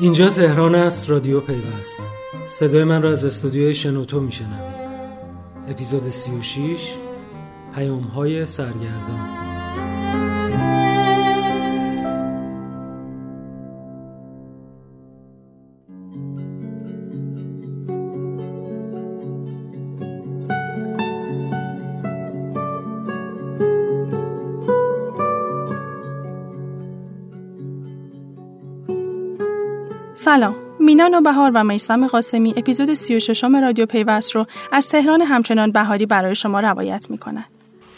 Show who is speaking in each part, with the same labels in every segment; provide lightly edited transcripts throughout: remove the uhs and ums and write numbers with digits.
Speaker 1: اینجا تهران است، رادیو پیوست. صدای من را از استودیوی شنوتو میشنوید. اپیزود 36، پیام‌های سرگردان.
Speaker 2: سلام، مینا نوبهار و میثم قاسمی اپیزود 36 رادیو پیوست رو از تهران همچنان بهاری برای شما روایت میکنند.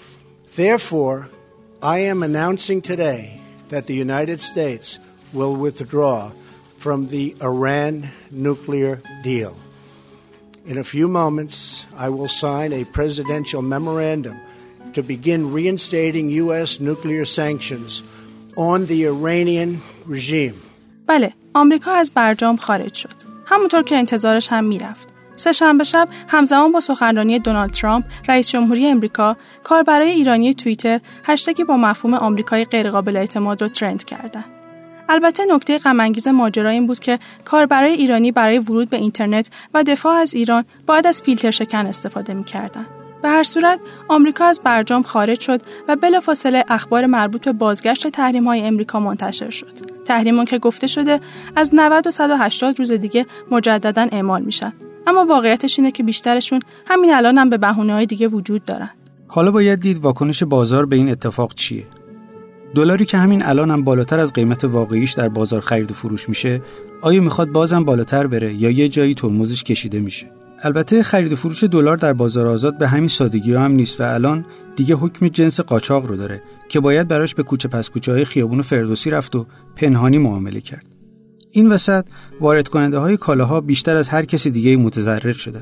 Speaker 3: Therefore, I am announcing today that the United States will withdraw from the Iran nuclear deal. In a few moments, I will sign a presidential memorandum to begin reinstating U.S. nuclear sanctions on the Iranian regime.
Speaker 2: بله، آمریکا از برجام خارج شد. همونطور که انتظارش هم میرفت. سه‌شنبه شب همزمان با سخنرانی دونالد ترامپ، رئیس جمهوری آمریکا، کاربرای ایرانی توییتر هشتگی با مفهوم آمریکای غیرقابل اعتماد رو ترند کردن. البته نکته غم انگیز ماجرا این بود که کاربرای ایرانی برای ورود به اینترنت و دفاع از ایران باید از فیلتر شکن استفاده می‌کردند. به هر صورت آمریکا از برجام خارج شد و بلافاصله اخبار مربوط به بازگشت تحریم‌های آمریکا منتشر شد. تحریم‌ها که گفته شده از 90 تا 180 روز دیگه مجدداً اعمال میشن. اما واقعیتش اینه که بیشترشون همین الان هم به بهونه‌های دیگه وجود دارن.
Speaker 4: حالا باید دید واکنش بازار به این اتفاق چیه. دلاری که همین الان هم بالاتر از قیمت واقعیش در بازار خرید و فروش میشه، آیا میخواد بازم بالاتر بره یا یه جایی ترمزش کشیده میشه؟ البته خرید و فروش دلار در بازار آزاد به همین سادگی هم نیست و الان دیگه حکم جنس قاچاق رو داره که باید براش به کوچه پس کوچه‌های خیابون فردوسی رفت و پنهانی معامله کرد. این وسط وارد کننده های کالاها بیشتر از هر کسی دیگه متضرر شده.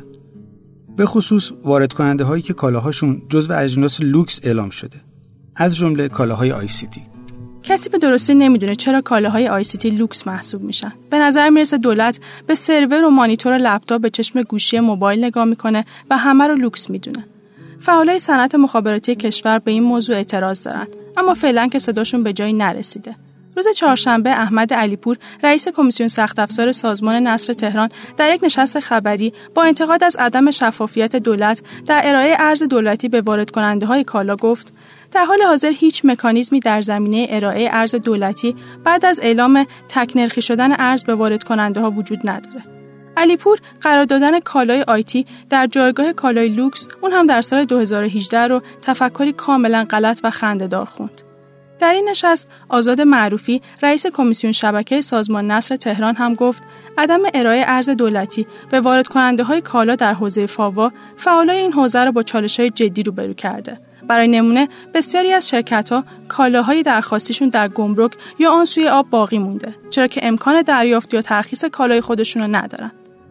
Speaker 4: به خصوص وارد کننده هایی که کالاهاشون جزو اجناس لوکس اعلام شده، از جمله کالاهای آی سی تی.
Speaker 2: کسی به درستی نمیدونه چرا کالاهای آی سی تی لوکس محسوب میشن. به نظر میرسه دولت به سرور و مانیتور لپتاپ به چشم گوشی موبایل نگاه میکنه و همه رو لوکس میدونه. فعالای صنعت مخابراتی کشور به این موضوع اعتراض دارن، اما فعلا که صداشون به جایی نرسیده. روز چهارشنبه احمد علیپور، رئیس کمیسیون سخت افزار سازمان نصر تهران، در یک نشست خبری با انتقاد از عدم شفافیت دولت در ارائه ارز دولتی به وارد کننده های کالا گفت: در حال حاضر هیچ مکانیزمی در زمینه ارائه ارز دولتی بعد از اعلام تک‌نرخی شدن ارز به وارد کننده ها وجود نداره. علیپور قرار دادن کالای آیتی در جایگاه کالای لوکس، اون هم در سال 2018 رو تفکری کاملا غلط و خنده‌دار خوند. در این نشست آزاد معروفی، رئیس کمیسیون شبکه سازمان نصر تهران هم گفت عدم ارائه ارز دولتی به وارد کننده های کالا در حوزه فاوا فعالای این حوزه را با چالش‌های جدی روبرو کرده. برای نمونه بسیاری از شرکت‌ها کالاهای درخواستیشون در گمرک یا آن سوی آب باقی مونده، چرا که امکان دریافت یا ترخیص کالای خودشون رو ندارن.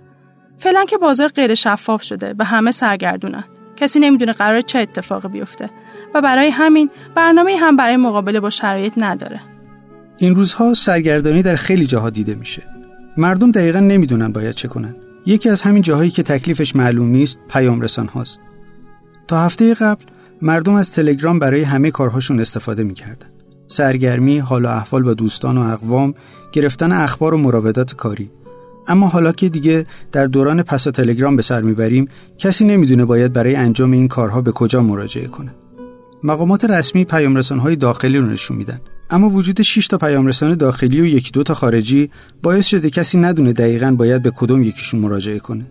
Speaker 2: فعلا که بازار غیر شفاف شده، به همه سرگردونن. کسی نمیدونه قراره چه اتفاقی بیفته و برای همین برنامه‌ای هم برای مقابله با شرایط نداره.
Speaker 4: این روزها سرگردانی در خیلی جاها دیده میشه. مردم دقیقاً نمیدونن باید چه کنن. یکی از همین جاهایی که تکلیفش معلوم نیست پیام رسان هاست. تا هفته قبل مردم از تلگرام برای همه کارهاشون استفاده میکردن. سرگرمی، حال و احوال با دوستان و اقوام، گرفتن اخبار و مراودات کاری. اما حالا که دیگه در دوران پس تلگرام به سر میبریم، کسی نمیدونه باید برای انجام این کارها به کجا مراجعه کنه. مقامات رسمی پیام رسان‌های داخلی رو نشون میدن، اما وجود 6 تا پیام رسان داخلی و 1-2 تا خارجی باعث شده کسی ندونه دقیقاً باید به کدوم یکیشون مراجعه کنه.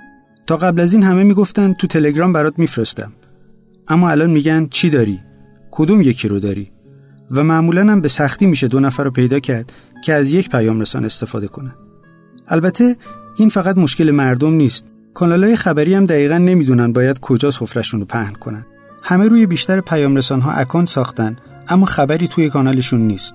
Speaker 4: تا قبل از این همه میگفتن تو تلگرام برات میفرستم، اما الان میگن چی داری؟ کدوم یکی رو داری؟ و معمولاً هم به سختی میشه 2 نفر رو پیدا کرد که از یک پیام رسان استفاده کنن. البته این فقط مشکل مردم نیست. کانال‌های خبری هم دقیقاً نمیدونن باید کجا سفره‌شون رو پهن کنن. همه روی بیشتر پیام رسان‌ها اکانت ساختن، اما خبری توی کانالشون نیست.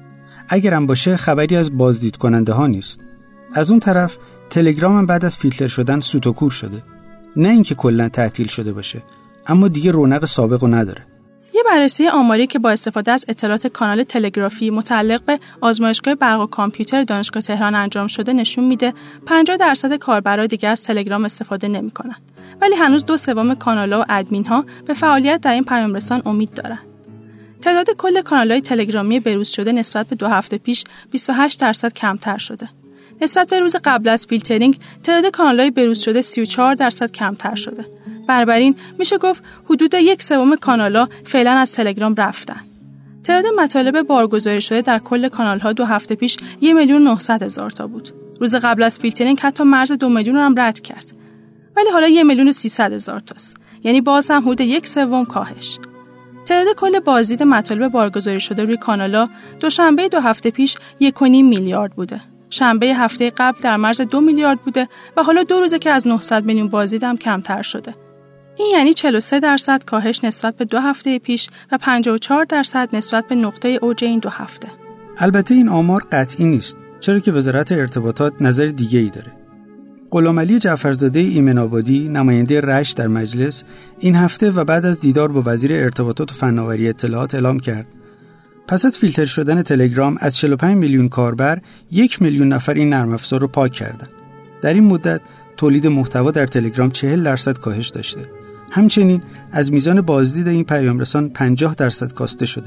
Speaker 4: اگر هم باشه خبری از بازدید کننده ها نیست. از اون طرف تلگرام هم بعد از فیلتر شدن سوت و کور شده. نه اینکه کلاً تعطیل شده باشه، اما دیگه رونق سابقو نداره.
Speaker 2: یه بررسی آماری که با استفاده از اطلاعات کانال تلگرافی متعلق به آزمایشگاه برق و کامپیوتر دانشگاه تهران انجام شده نشون میده 50% کاربرا دیگه از تلگرام استفاده نمی‌کنن. ولی هنوز 2/3 کانال‌ها و ادمین‌ها به فعالیت در این پیام‌رسان امید دارن. تعداد کل کانال‌های تلگرامی بروز شده نسبت به 2 هفته پیش 28% کمتر شده. نسبت به روز قبل از فیلترینگ تعداد کانال‌های بروز شده 34% کمتر شده. بنابراین میشه گفت حدود 1/3 کانال‌ها فعلا از تلگرام رفتن. تعداد مطالب بارگذاری شده در کل کانال‌ها 2 هفته پیش 1,900,000 تا بود. روز قبل از فیلترینگ حتی مرز 2 میلیون رو هم رد کرد. ولی حالا 1,300,000 تاست. یعنی باز هم حدود 1/3 کاهش. تعداد کل بازدید مطالب بارگذاری شده روی کانال‌ها دوشنبه 2 هفته پیش 1.5 میلیارد بوده. شنبه هفته قبل در مرز 2 میلیارد بوده و حالا 2 روزه که از 900 میلیون بازدید هم کمتر شده. این یعنی 43% کاهش نسبت به 2 هفته پیش و 54% نسبت به نقطه اوج این 2 هفته.
Speaker 4: البته این آمار قطعی نیست، چرا که وزارت ارتباطات نظر دیگه‌ای داره. غلامعلی جعفرزاده ایمن‌آبادی، نماینده رشت در مجلس، این هفته و بعد از دیدار با وزیر ارتباطات و فناوری اطلاعات اعلام کرد پس از فیلتر شدن تلگرام از 45 میلیون کاربر 1 میلیون نفر این نرم افزار رو پاک کردن. در این مدت تولید محتوا در تلگرام 40% کاهش داشته. همچنین از میزان بازدید این پیامرسان 50% کاسته شده.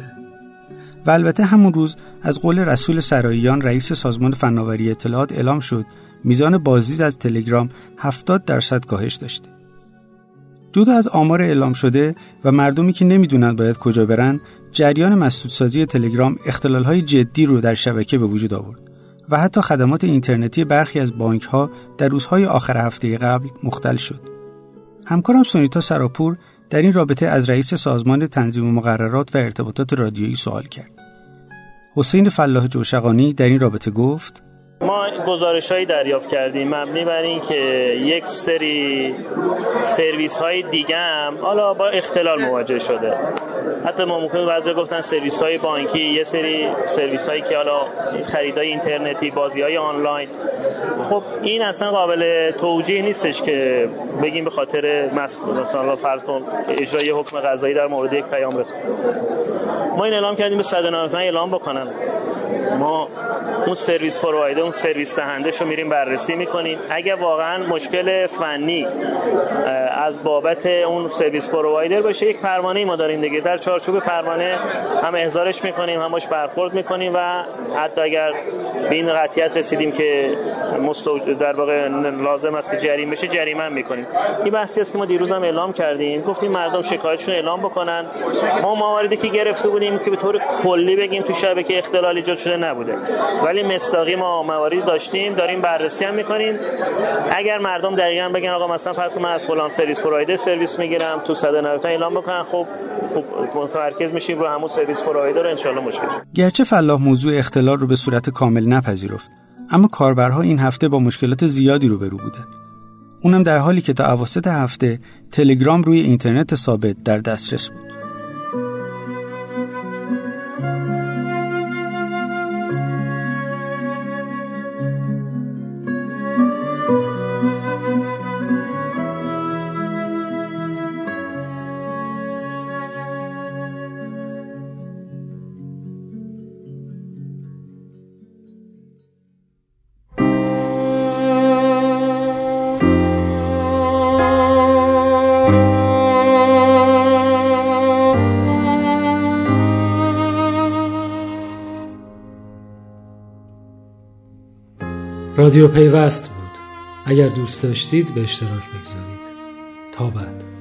Speaker 4: و البته همون روز از قول رسول سراییان رئیس سازمان فناوری اطلاعات اعلام شد میزان بازدید از تلگرام 70% کاهش داشته. جدا از آمار اعلام شده و مردمی که نمیدونن باید کجا برن، جریان مسدودسازی تلگرام اختلال‌های جدی رو در شبکه به وجود آورد و حتی خدمات اینترنتی برخی از بانک‌ها در روزهای آخر هفته قبل مختل شد. همکارم سونیتا سراپور در این رابطه از رئیس سازمان تنظیم مقررات و ارتباطات رادیویی سوال کرد. حسین فلاح جوشقانی در این رابطه گفت:
Speaker 5: ما گزارش‌هایی دریافت کردیم مبنی بر این که یک سری سرویس‌های دیگه هم حالا با اختلال مواجه شده. حتی ما ممکنه بعضی گفتن سرویس‌های بانکی، یه سری سرویس‌هایی که حالا خریدای اینترنتی، بازی‌های آنلاین، خب این اصلا قابل توجیه نیستش که بگیم به خاطر مثلا فرض اجرای حکم قضایی در مورد یک پیامرسان. ما این اعلام کردیم به 195 اعلام بکنن. ما اون سرویس پرووایدر، اون سرویس دهنده‌شو میریم بررسی میکنیم. اگه واقعا مشکل فنی از بابت اون سرویس پرووایدر باشه، یک پروانه‌ای ما داریم دیگه، در چارچوب پروانه هم احضارش میکنیم، هم باش برخورد میکنیم و حتی اگر به این قطعیت رسیدیم که در واقع لازم است که جریمه بشه، جریمه هم میکنیم. این بحثی است که ما دیروز هم اعلام کردیم، گفتیم مردم شکایتشون اعلام بکنن. ما مواردی که گرفته بودیم که به طور کلی بگیم تو شبکه اختلال ایجاد شده نبوده، ولی مصداقی ما مواردی داشتیم، داریم بررسی هم میکنیم. اگر مردم دقیقاً بگن آقا مثلا فرض کن من از فلان سرویس پرووایدر سرویس میگیرم، تو 195 اعلام بکنن، خب متمرکز میشیم رو همون سرویس پرووایدر، ان شاءالله مشکل شد.
Speaker 4: گرچه فلاح موضوع اختلال رو به صورت کامل نپذیرفت، اما کاربرها این هفته با مشکلات زیادی روبرو بودند. اونم در حالی که تا اواسط هفته تلگرام روی اینترنت ثابت در دسترس بود.
Speaker 1: رادیو پیوست بود. اگر دوست داشتید به اشتراک بگذارید. تا بعد.